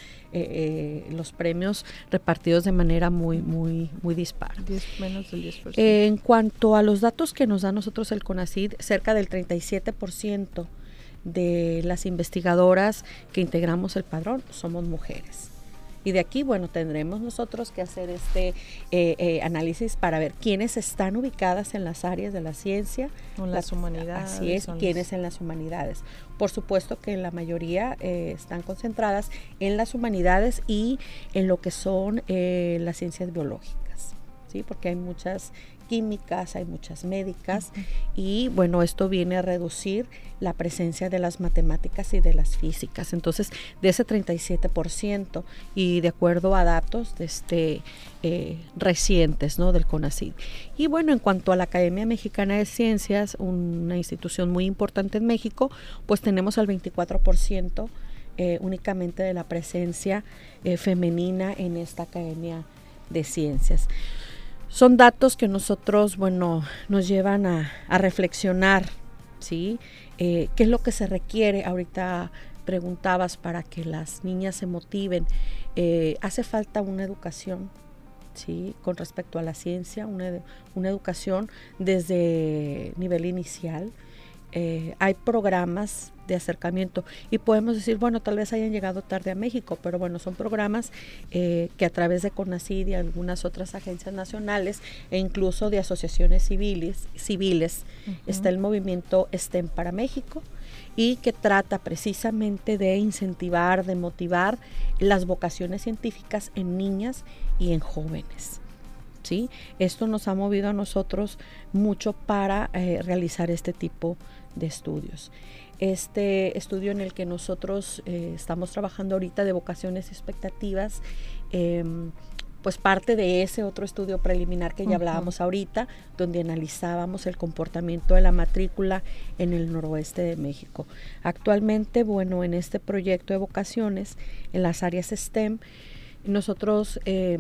eh, eh, los premios repartidos de manera muy, muy, muy dispar. diez, menos del diez por ciento. Eh, en cuanto a los datos que nos da nosotros el CONACYT, cerca del treinta y siete por ciento de las investigadoras que integramos el padrón somos mujeres. Y de aquí, bueno, tendremos nosotros que hacer este eh, eh, análisis para ver quiénes están ubicadas en las áreas de la ciencia. O en las, las humanidades. Así es, quiénes en las humanidades. Por supuesto que la mayoría eh, están concentradas en las humanidades y en lo que son eh, las ciencias biológicas, ¿sí? Porque hay muchas químicas, hay muchas médicas, uh-huh. y bueno, esto viene a reducir la presencia de las matemáticas y de las físicas. Entonces, de ese treinta y siete por ciento, y de acuerdo a datos de este, eh, recientes, ¿no?, del CONACYT. Y bueno, en cuanto a la Academia Mexicana de Ciencias, una institución muy importante en México, pues tenemos al veinticuatro por ciento eh, únicamente de la presencia eh, femenina en esta Academia de Ciencias. Son datos que nosotros, bueno, nos llevan a, a reflexionar, ¿sí? Eh, ¿Qué es lo que se requiere? Ahorita preguntabas para que las niñas se motiven. Eh, hace falta una educación, ¿sí?, con respecto a la ciencia, una, una educación desde nivel inicial, eh, hay programas de acercamiento y podemos decir, bueno, tal vez hayan llegado tarde a México, pero bueno, son programas eh, que a través de CONACYT y algunas otras agencias nacionales e incluso de asociaciones civiles, civiles uh-huh. está el movimiento STEM para México, y que trata precisamente de incentivar, de motivar las vocaciones científicas en niñas y en jóvenes. ¿Sí? Esto nos ha movido a nosotros mucho para eh, realizar este tipo de estudios. Este estudio en el que nosotros eh, estamos trabajando ahorita de vocaciones y expectativas, eh, pues parte de ese otro estudio preliminar que ya uh-huh. hablábamos ahorita, donde analizábamos el comportamiento de la matrícula en el noroeste de México. Actualmente, bueno, en este proyecto de vocaciones, en las áreas STEM, nosotros eh,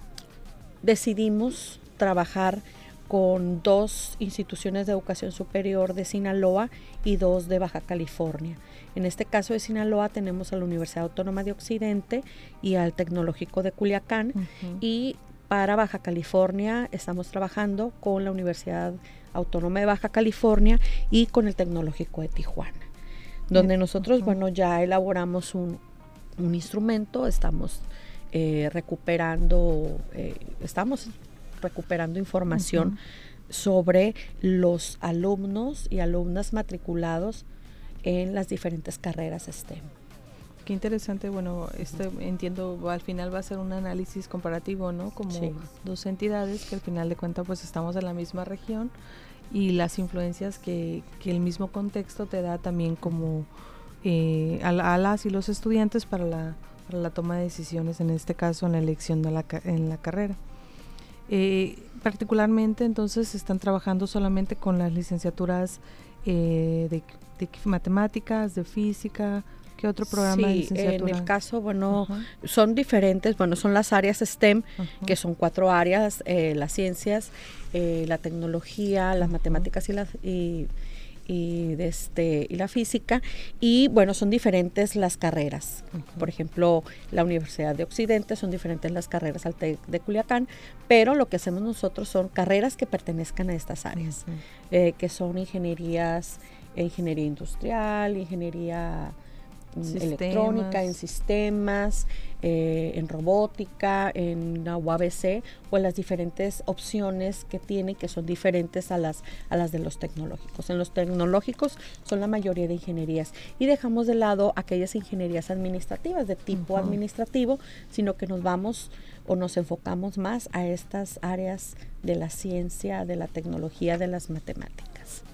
decidimos trabajar con dos instituciones de educación superior de Sinaloa y dos de Baja California. En este caso de Sinaloa tenemos a la Universidad Autónoma de Occidente y al Tecnológico de Culiacán, uh-huh. y para Baja California estamos trabajando con la Universidad Autónoma de Baja California y con el Tecnológico de Tijuana, donde nosotros, uh-huh. bueno, ya elaboramos un, un instrumento, estamos eh, recuperando, eh, estamos recuperando información uh-huh. sobre los alumnos y alumnas matriculados en las diferentes carreras STEM. Qué interesante. Bueno, este entiendo, al final va a ser un análisis comparativo, ¿no? Como sí. dos entidades que al final de cuentas pues estamos en la misma región y las influencias que, que el mismo contexto te da también como eh, a, a las y los estudiantes para la, para la toma de decisiones, en este caso en la elección de la, en la carrera. Eh, particularmente entonces están trabajando solamente con las licenciaturas eh, de, de matemáticas, de física. ¿Qué otro programa sí, de licenciatura? En el caso, bueno, uh-huh. son diferentes, bueno, son las áreas STEM, uh-huh. que son cuatro áreas, eh, las ciencias, eh, la tecnología, las uh-huh. matemáticas y, la, y, y, de este, y la física, y bueno, son diferentes las carreras. Uh-huh. Por ejemplo, la Universidad de Occidente son diferentes las carreras al TEC de Culiacán, pero lo que hacemos nosotros son carreras que pertenezcan a estas áreas, uh-huh. eh, que son ingenierías, ingeniería industrial, ingeniería Sistemas. electrónica, en sistemas, eh, en robótica, en U A B C, o en las diferentes opciones que tienen, que son diferentes a las, a las de los tecnológicos. En los tecnológicos son la mayoría de ingenierías y dejamos de lado aquellas ingenierías administrativas de tipo uh-huh. administrativo, sino que nos vamos o nos enfocamos más a estas áreas de la ciencia, de la tecnología, de las matemáticas.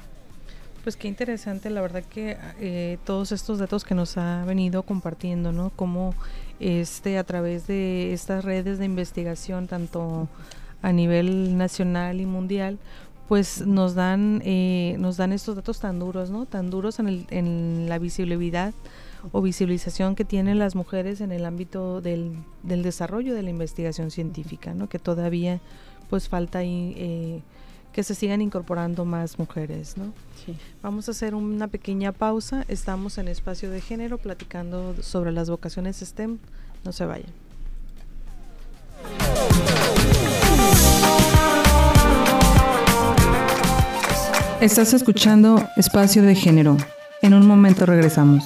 Pues qué interesante, la verdad que eh, todos estos datos que nos ha venido compartiendo, ¿no? Como este a través de estas redes de investigación, tanto a nivel nacional y mundial, pues nos dan eh, nos dan estos datos tan duros, ¿no? Tan duros en, el, en la visibilidad o visibilización que tienen las mujeres en el ámbito del, del desarrollo de la investigación científica, ¿no? Que todavía pues falta ahí eh, que se sigan incorporando más mujeres, ¿no? Sí. Vamos a hacer una pequeña pausa. Estamos en Espacio de Género platicando sobre las vocaciones STEM. No se vayan. Estás escuchando Espacio de Género. En un momento regresamos.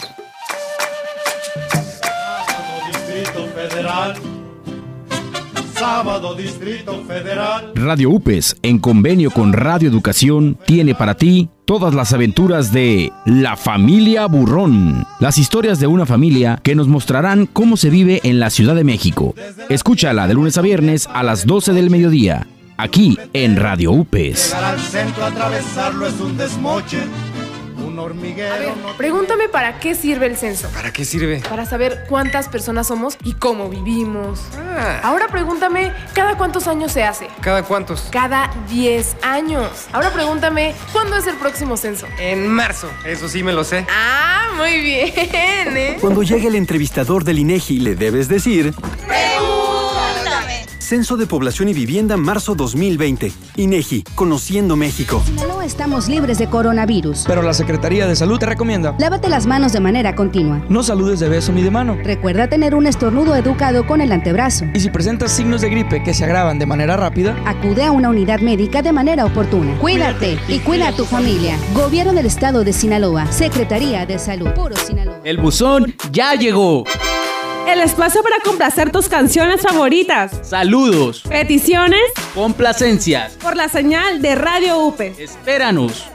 Distrito Federal. Sábado, Distrito Federal. Radio U P E S, en convenio con Radio Educación, tiene para ti todas las aventuras de La Familia Burrón. Las historias de una familia que nos mostrarán cómo se vive en la Ciudad de México. Escúchala de lunes a viernes a las doce del mediodía, aquí en Radio U P E S. Llegar al centro, atravesarlo es un desmoche. Un hormiguero. A ver, pregúntame para qué sirve el censo. ¿Para qué sirve? Para saber cuántas personas somos y cómo vivimos. Ah. Ahora pregúntame, ¿cada cuántos años se hace? ¿Cada cuántos? Cada diez años. Ahora pregúntame, ¿cuándo es el próximo censo? En marzo. Eso sí me lo sé. Ah, muy bien, ¿eh? Cuando llegue el entrevistador del INEGI, le debes decir... ¡Pregúntame! Censo de Población y Vivienda marzo dos mil veinte. INEGI, Conociendo México. En Sinaloa estamos libres de coronavirus. Pero la Secretaría de Salud te recomienda: lávate las manos de manera continua. No saludes de beso ni de mano. Recuerda tener un estornudo educado con el antebrazo. Y si presentas signos de gripe que se agravan de manera rápida, acude a una unidad médica de manera oportuna. Cuídate y cuida a tu familia. Gobierno del Estado de Sinaloa. Secretaría de Salud. Puro Sinaloa. El buzón ya llegó. El espacio para complacer tus canciones favoritas. Saludos. Peticiones. Complacencias. Por la señal de Radio U P E S. Espéranos.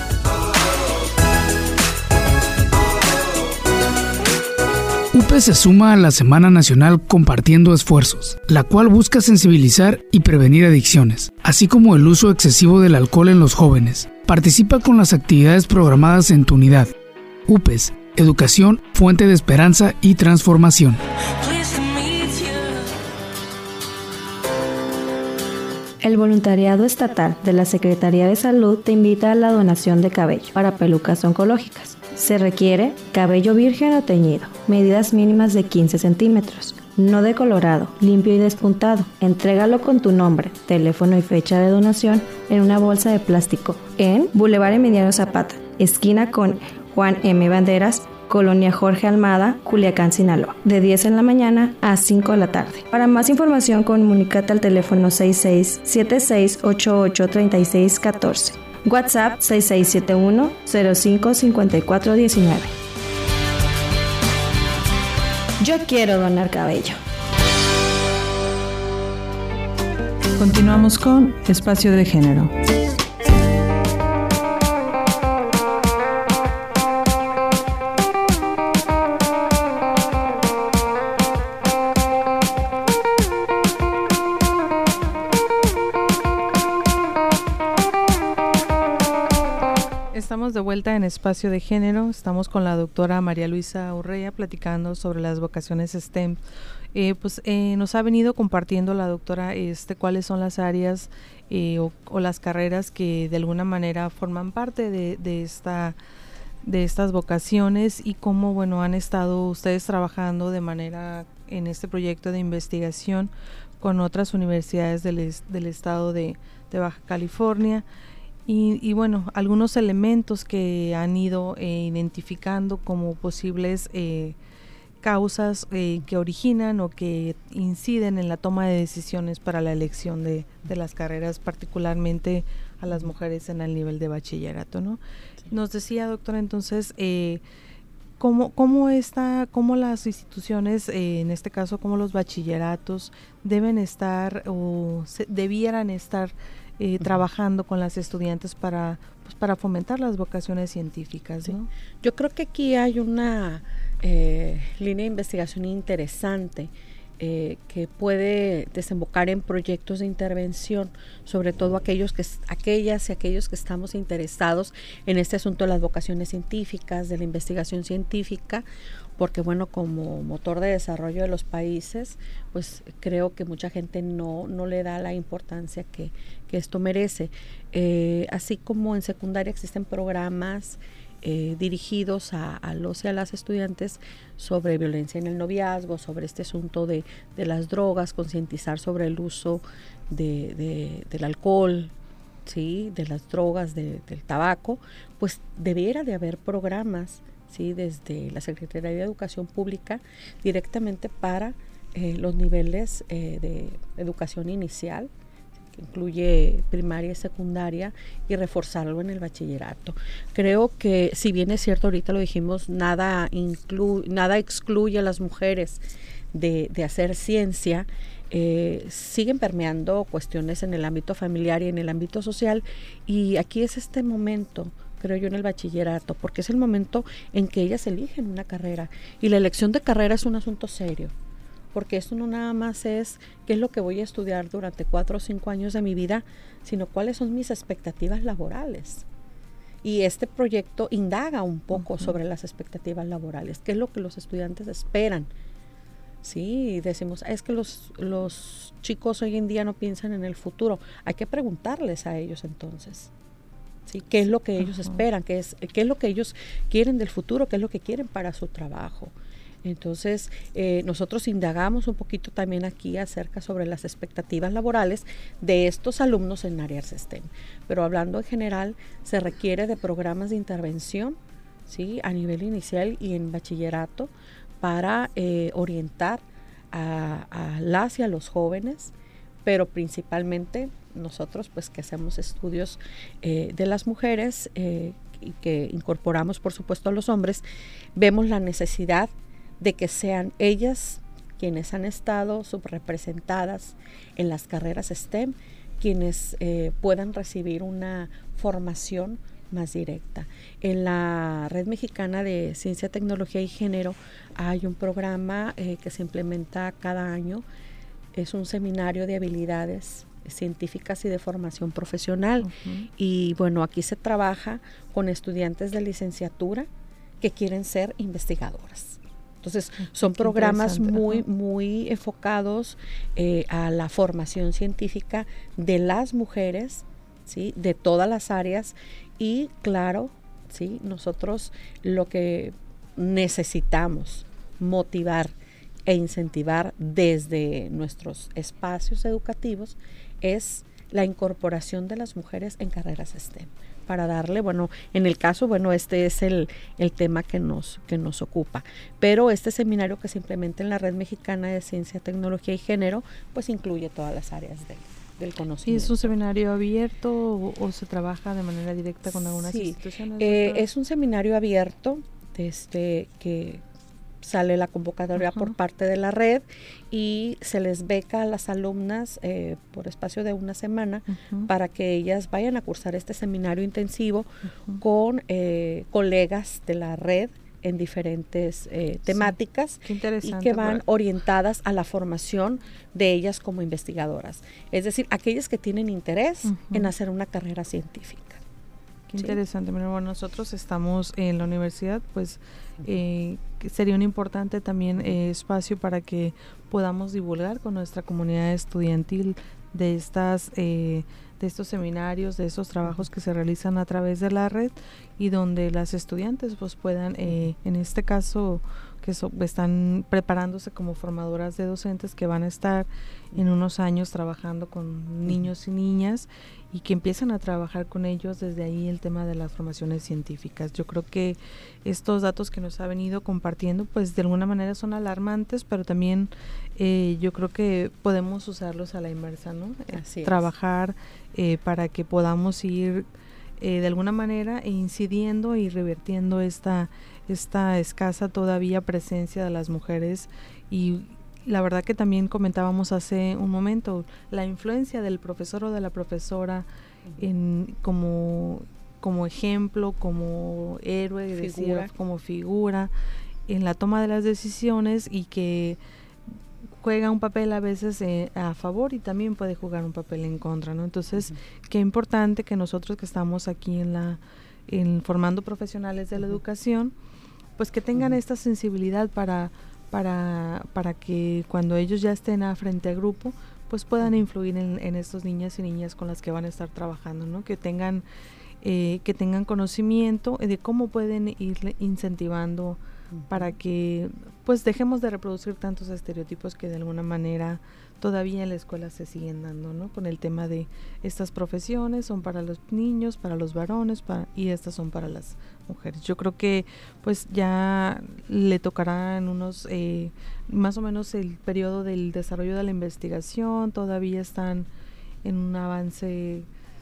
U P E S se suma a la Semana Nacional Compartiendo Esfuerzos, la cual busca sensibilizar y prevenir adicciones, así como el uso excesivo del alcohol en los jóvenes. Participa con las actividades programadas en tu unidad. U P E S, Educación, fuente de esperanza y transformación. El voluntariado estatal de la Secretaría de Salud te invita a la donación de cabello para pelucas oncológicas. Se requiere cabello virgen o teñido, medidas mínimas de quince centímetros, no decolorado, limpio y despuntado. Entrégalo con tu nombre, teléfono y fecha de donación en una bolsa de plástico en Boulevard Emiliano Zapata, esquina con Juan M. Banderas, Colonia Jorge Almada, Culiacán, Sinaloa, de diez en la mañana a cinco de la tarde. Para más información, comunícate al teléfono seis seis siete seis ocho ocho tres seis uno cuatro, WhatsApp seis seis siete uno cero cinco cinco cuatro uno nueve. Yo quiero donar cabello. Continuamos con Espacio de Género. Estamos de vuelta en Espacio de Género. Estamos con la doctora María Luisa Urrea platicando sobre las vocaciones STEM. Eh, pues eh, nos ha venido compartiendo la doctora este cuáles son las áreas eh, o, o las carreras que de alguna manera forman parte de, de esta de estas vocaciones y cómo bueno han estado ustedes trabajando de manera en este proyecto de investigación con otras universidades del, est- del estado de, de Baja California. Y, y bueno, algunos elementos que han ido eh, identificando como posibles eh, causas eh, que originan o que inciden en la toma de decisiones para la elección de, de las carreras, particularmente a las mujeres en el nivel de bachillerato, ¿no? Sí. Nos decía, doctora, entonces, eh, ¿cómo, cómo, está, cómo las instituciones, eh, en este caso, cómo los bachilleratos deben estar o se, debieran estar Eh, trabajando con las estudiantes para pues, para fomentar las vocaciones científicas, ¿no? Sí. Yo creo que aquí hay una eh, línea de investigación interesante eh, que puede desembocar en proyectos de intervención, sobre todo aquellos que aquellas y aquellos que estamos interesados en este asunto de las vocaciones científicas, de la investigación científica, porque bueno, como motor de desarrollo de los países, pues creo que mucha gente no, no le da la importancia que, que esto merece. Eh, así como en secundaria existen programas eh, dirigidos a, a los y a las estudiantes sobre violencia en el noviazgo, sobre este asunto de, de las drogas, concientizar sobre el uso de, de, del alcohol, ¿sí? De las drogas, de, del tabaco, pues debiera de haber programas, ¿sí? Desde la Secretaría de Educación Pública directamente para eh, los niveles eh, de educación inicial, que incluye primaria y secundaria, y reforzarlo en el bachillerato. Creo que, si bien es cierto, ahorita lo dijimos, nada, inclu- nada excluye a las mujeres de, de hacer ciencia, eh, siguen permeando cuestiones en el ámbito familiar y en el ámbito social, y aquí es este momento, creo yo, en el bachillerato, porque es el momento en que ellas eligen una carrera, y la elección de carrera es un asunto serio, porque esto no nada más es qué es lo que voy a estudiar durante cuatro o cinco años de mi vida, sino cuáles son mis expectativas laborales. Y este proyecto indaga un poco uh-huh. sobre las expectativas laborales, qué es lo que los estudiantes esperan. Sí, decimos, es que los, los chicos hoy en día no piensan en el futuro. Hay que preguntarles a ellos entonces, ¿sí? ¿Qué es lo que ellos uh-huh. esperan? ¿Qué es, qué es lo que ellos quieren del futuro? ¿Qué es lo que quieren para su trabajo? Entonces, eh, nosotros indagamos un poquito también aquí acerca sobre las expectativas laborales de estos alumnos en áreas STEM. Pero hablando en general, se requiere de programas de intervención, ¿sí?, a nivel inicial y en bachillerato para eh, orientar a, a las y a los jóvenes, pero principalmente nosotros, pues, que hacemos estudios eh, de las mujeres eh, y que incorporamos, por supuesto, a los hombres, vemos la necesidad de que sean ellas quienes han estado subrepresentadas en las carreras STEM, quienes eh, puedan recibir una formación más directa. En la Red Mexicana de Ciencia, Tecnología y Género hay un programa eh, que se implementa cada año. Es un seminario de habilidades científicas y de formación profesional. Uh-huh. Y bueno, aquí se trabaja con estudiantes de licenciatura que quieren ser investigadoras. Entonces, son Qué programas muy, muy enfocados eh, a la formación científica de las mujeres, ¿sí?, de todas las áreas. Y claro, ¿sí?, nosotros lo que necesitamos motivar e incentivar desde nuestros espacios educativos es la incorporación de las mujeres en carreras STEM, para darle, bueno, en el caso, bueno, este es el, el tema que nos, que nos ocupa, pero este seminario que se implementa en la Red Mexicana de Ciencia, Tecnología y Género, pues incluye todas las áreas de, del conocimiento. ¿Y es un seminario abierto o, o se trabaja de manera directa con algunas sí, instituciones? Eh, es un seminario abierto, desde que sale la convocatoria uh-huh. por parte de la red y se les beca a las alumnas eh, por espacio de una semana uh-huh. para que ellas vayan a cursar este seminario intensivo uh-huh. con eh, colegas de la red en diferentes eh, temáticas sí, y que van orientadas a la formación de ellas como investigadoras. Es decir, aquellas que tienen interés uh-huh. en hacer una carrera científica. Qué ¿sí? interesante. Bueno, nosotros estamos en la universidad, pues eh, sería un importante también eh, espacio para que podamos divulgar con nuestra comunidad estudiantil de estas eh, de estos seminarios, de estos trabajos que se realizan a través de la red y donde las estudiantes pues puedan, eh, en este caso, que so, están preparándose como formadoras de docentes que van a estar en unos años trabajando con niños y niñas y que empiezan a trabajar con ellos desde ahí el tema de las formaciones científicas. Yo creo que estos datos que nos ha venido compartiendo pues de alguna manera son alarmantes, pero también eh, yo creo que podemos usarlos a la inversa, ¿no? Así Trabajar eh, para que podamos ir eh, de alguna manera incidiendo y revirtiendo esta, esta escasa todavía presencia de las mujeres. Y la verdad que también comentábamos hace un momento la influencia del profesor o de la profesora en como como ejemplo, como héroe, figura. Decir, como figura en la toma de las decisiones y que juega un papel a veces eh, a favor y también puede jugar un papel en contra, ¿no? Entonces, uh-huh. qué importante que nosotros que estamos aquí en la en formando profesionales de la uh-huh. educación, pues que tengan uh-huh. esta sensibilidad para para para que cuando ellos ya estén a frente a grupo, pues puedan uh-huh. influir en, en estos niñas y niñas con las que van a estar trabajando, ¿no? Que tengan eh, que tengan conocimiento de cómo pueden ir incentivando uh-huh. para que pues dejemos de reproducir tantos estereotipos que de alguna manera todavía en la escuela se siguen dando, ¿no? Con el tema de estas profesiones son para los niños, para los varones, para, y estas son para las mujeres. Yo creo que pues ya le tocará en unos eh, más o menos el periodo del desarrollo de la investigación, todavía están en un avance.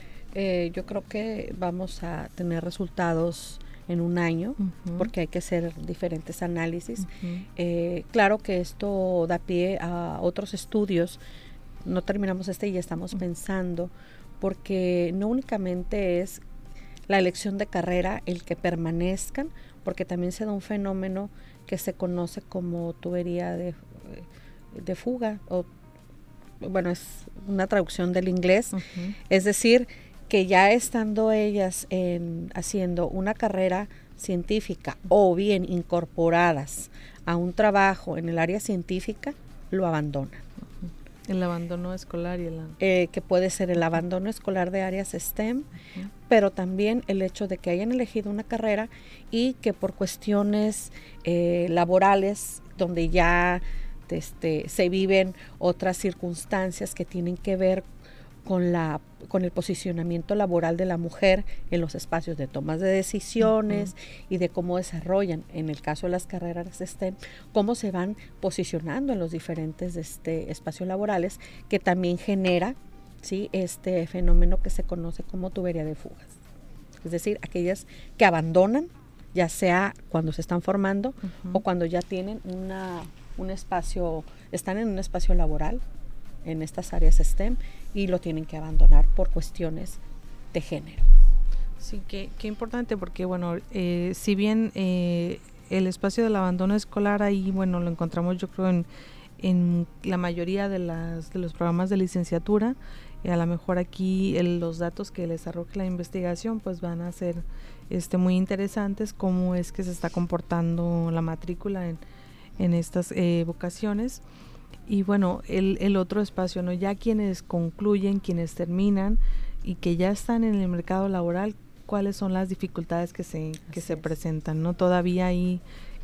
Eh, yo creo que vamos a tener resultados en un año, uh-huh. porque hay que hacer diferentes análisis. Uh-huh. Eh, claro que esto da pie a otros estudios, no terminamos este y ya estamos uh-huh. pensando, porque no únicamente es la elección de carrera el que permanezcan, porque también se da un fenómeno que se conoce como tubería de, de fuga, o bueno, es una traducción del inglés, uh-huh. es decir, que ya estando ellas en, haciendo una carrera científica o bien incorporadas a un trabajo en el área científica, lo abandonan. El abandono escolar y el... Eh, que puede ser el abandono escolar de áreas STEM, uh-huh. pero también el hecho de que hayan elegido una carrera y que por cuestiones eh, laborales donde ya este, se viven otras circunstancias que tienen que ver con la con el posicionamiento laboral de la mujer en los espacios de tomas de decisiones uh-huh. y de cómo desarrollan, en el caso de las carreras STEM, cómo se van posicionando en los diferentes este, espacios laborales, que también genera, ¿sí?, este fenómeno que se conoce como tubería de fugas. Es decir, aquellas que abandonan, ya sea cuando se están formando uh-huh. o cuando ya tienen una, un espacio, están en un espacio laboral, en estas áreas STEM, y lo tienen que abandonar por cuestiones de género. Sí, qué, qué importante, porque bueno, eh, si bien eh, el espacio del abandono escolar ahí, bueno, lo encontramos yo creo en, en la mayoría de, las, de los programas de licenciatura, y a lo mejor aquí el, los datos que les arroje la investigación pues van a ser este, muy interesantes, cómo es que se está comportando la matrícula en, en estas eh, vocaciones. Y bueno, el, el otro espacio, ¿no? Ya quienes concluyen, quienes terminan y que ya están en el mercado laboral, ¿cuáles son las dificultades que se, que se presentan, ¿no? Todavía ahí,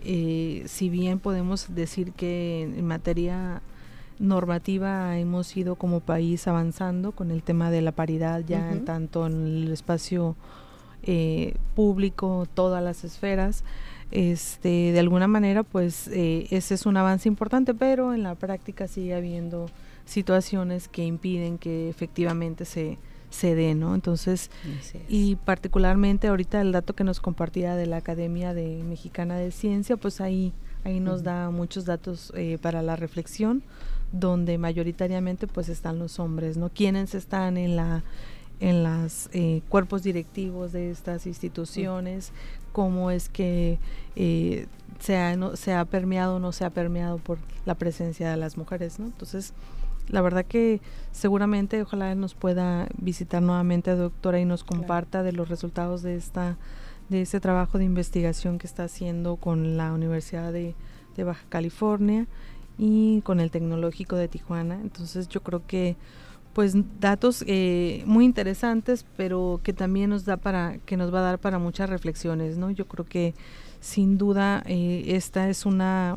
eh, si bien podemos decir que en materia normativa hemos ido como país avanzando con el tema de la paridad ya uh-huh. en tanto en el espacio eh, público, todas las esferas, Este, de alguna manera pues eh, ese es un avance importante, pero en la práctica sigue habiendo situaciones que impiden que efectivamente se, se dé, ¿no? Entonces, y particularmente ahorita el dato que nos compartía de la Academia de Mexicana de Ciencia, pues ahí, ahí nos uh-huh. da muchos datos eh, para la reflexión, donde mayoritariamente pues están los hombres, ¿no? Quienes están en la en los eh, cuerpos directivos de estas instituciones, uh-huh. cómo es que eh, se, ha, no, se ha permeado o no se ha permeado por la presencia de las mujeres, ¿no? Entonces, la verdad que seguramente ojalá nos pueda visitar nuevamente, doctora, y nos comparta claro. de los resultados de esta de este trabajo de investigación que está haciendo con la Universidad de, de Baja California y con el Tecnológico de Tijuana. Entonces, yo creo que pues datos eh, muy interesantes, pero que también nos da para que nos va a dar para muchas reflexiones, ¿no? Yo creo que sin duda eh, esta es una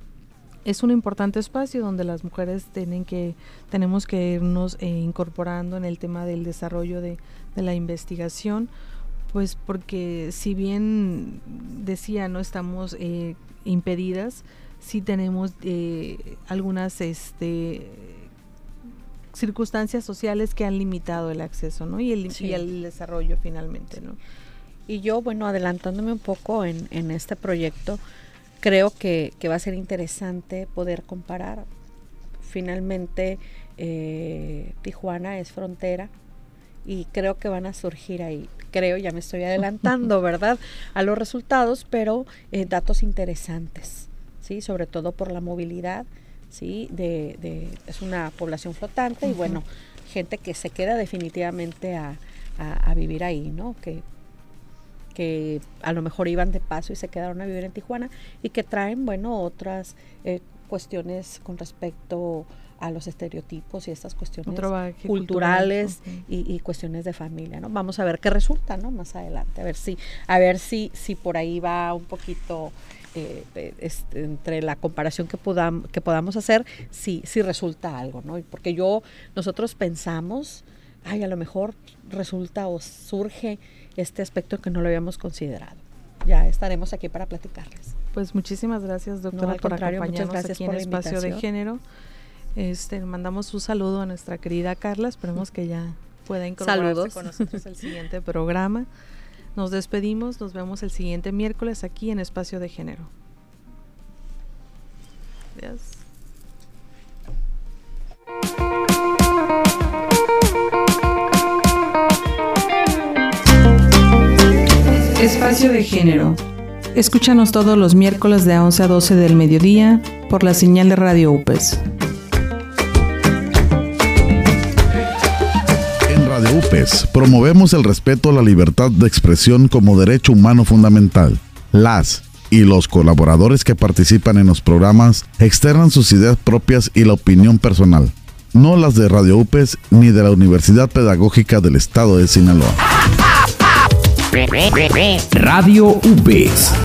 es un importante espacio donde las mujeres tienen que tenemos que irnos eh, incorporando en el tema del desarrollo de, de la investigación, pues porque si bien decía no estamos eh, impedidas, sí tenemos eh, algunas este circunstancias sociales que han limitado el acceso, ¿no? Y el, sí. y el desarrollo finalmente, ¿no? Y yo, bueno, adelantándome un poco en, en este proyecto, creo que, que va a ser interesante poder comparar. Finalmente, eh, Tijuana es frontera y creo que van a surgir ahí, creo, ya me estoy adelantando, ¿verdad?, a los resultados, pero eh, datos interesantes, ¿sí? Sobre todo por la movilidad, ¿sí? De, de, es una población flotante uh-huh. y bueno, gente que se queda definitivamente a, a, a vivir ahí, ¿no? Que, que a lo mejor iban de paso y se quedaron a vivir en Tijuana y que traen, bueno, otras eh, cuestiones con respecto a los estereotipos y estas cuestiones culturales cultural. y, y cuestiones de familia, ¿no? Vamos a ver qué resulta, ¿no? Más adelante, a ver si, a ver si, si por ahí va un poquito Eh, este, entre la comparación que podamos que podamos hacer, si, si resulta algo, ¿no? Porque yo, nosotros pensamos, ay, a lo mejor resulta o surge este aspecto que no lo habíamos considerado. Ya estaremos aquí para platicarles. Pues muchísimas gracias, doctora, no, por acompañarnos aquí en Espacio de Género. Este, mandamos un saludo a nuestra querida Carla, esperemos que ya pueda incorporarse Saludos. con nosotros el siguiente programa. Nos despedimos, nos vemos el siguiente miércoles aquí en Espacio de Género. Adiós. Espacio de Género. Escúchanos todos los miércoles de once a doce del mediodía por la señal de Radio U P E S. Radio U P E S promovemos el respeto a la libertad de expresión como derecho humano fundamental. Las y los colaboradores que participan en los programas externan sus ideas propias y la opinión personal, no las de Radio U P E S ni de la Universidad Pedagógica del Estado de Sinaloa. Radio U P E S.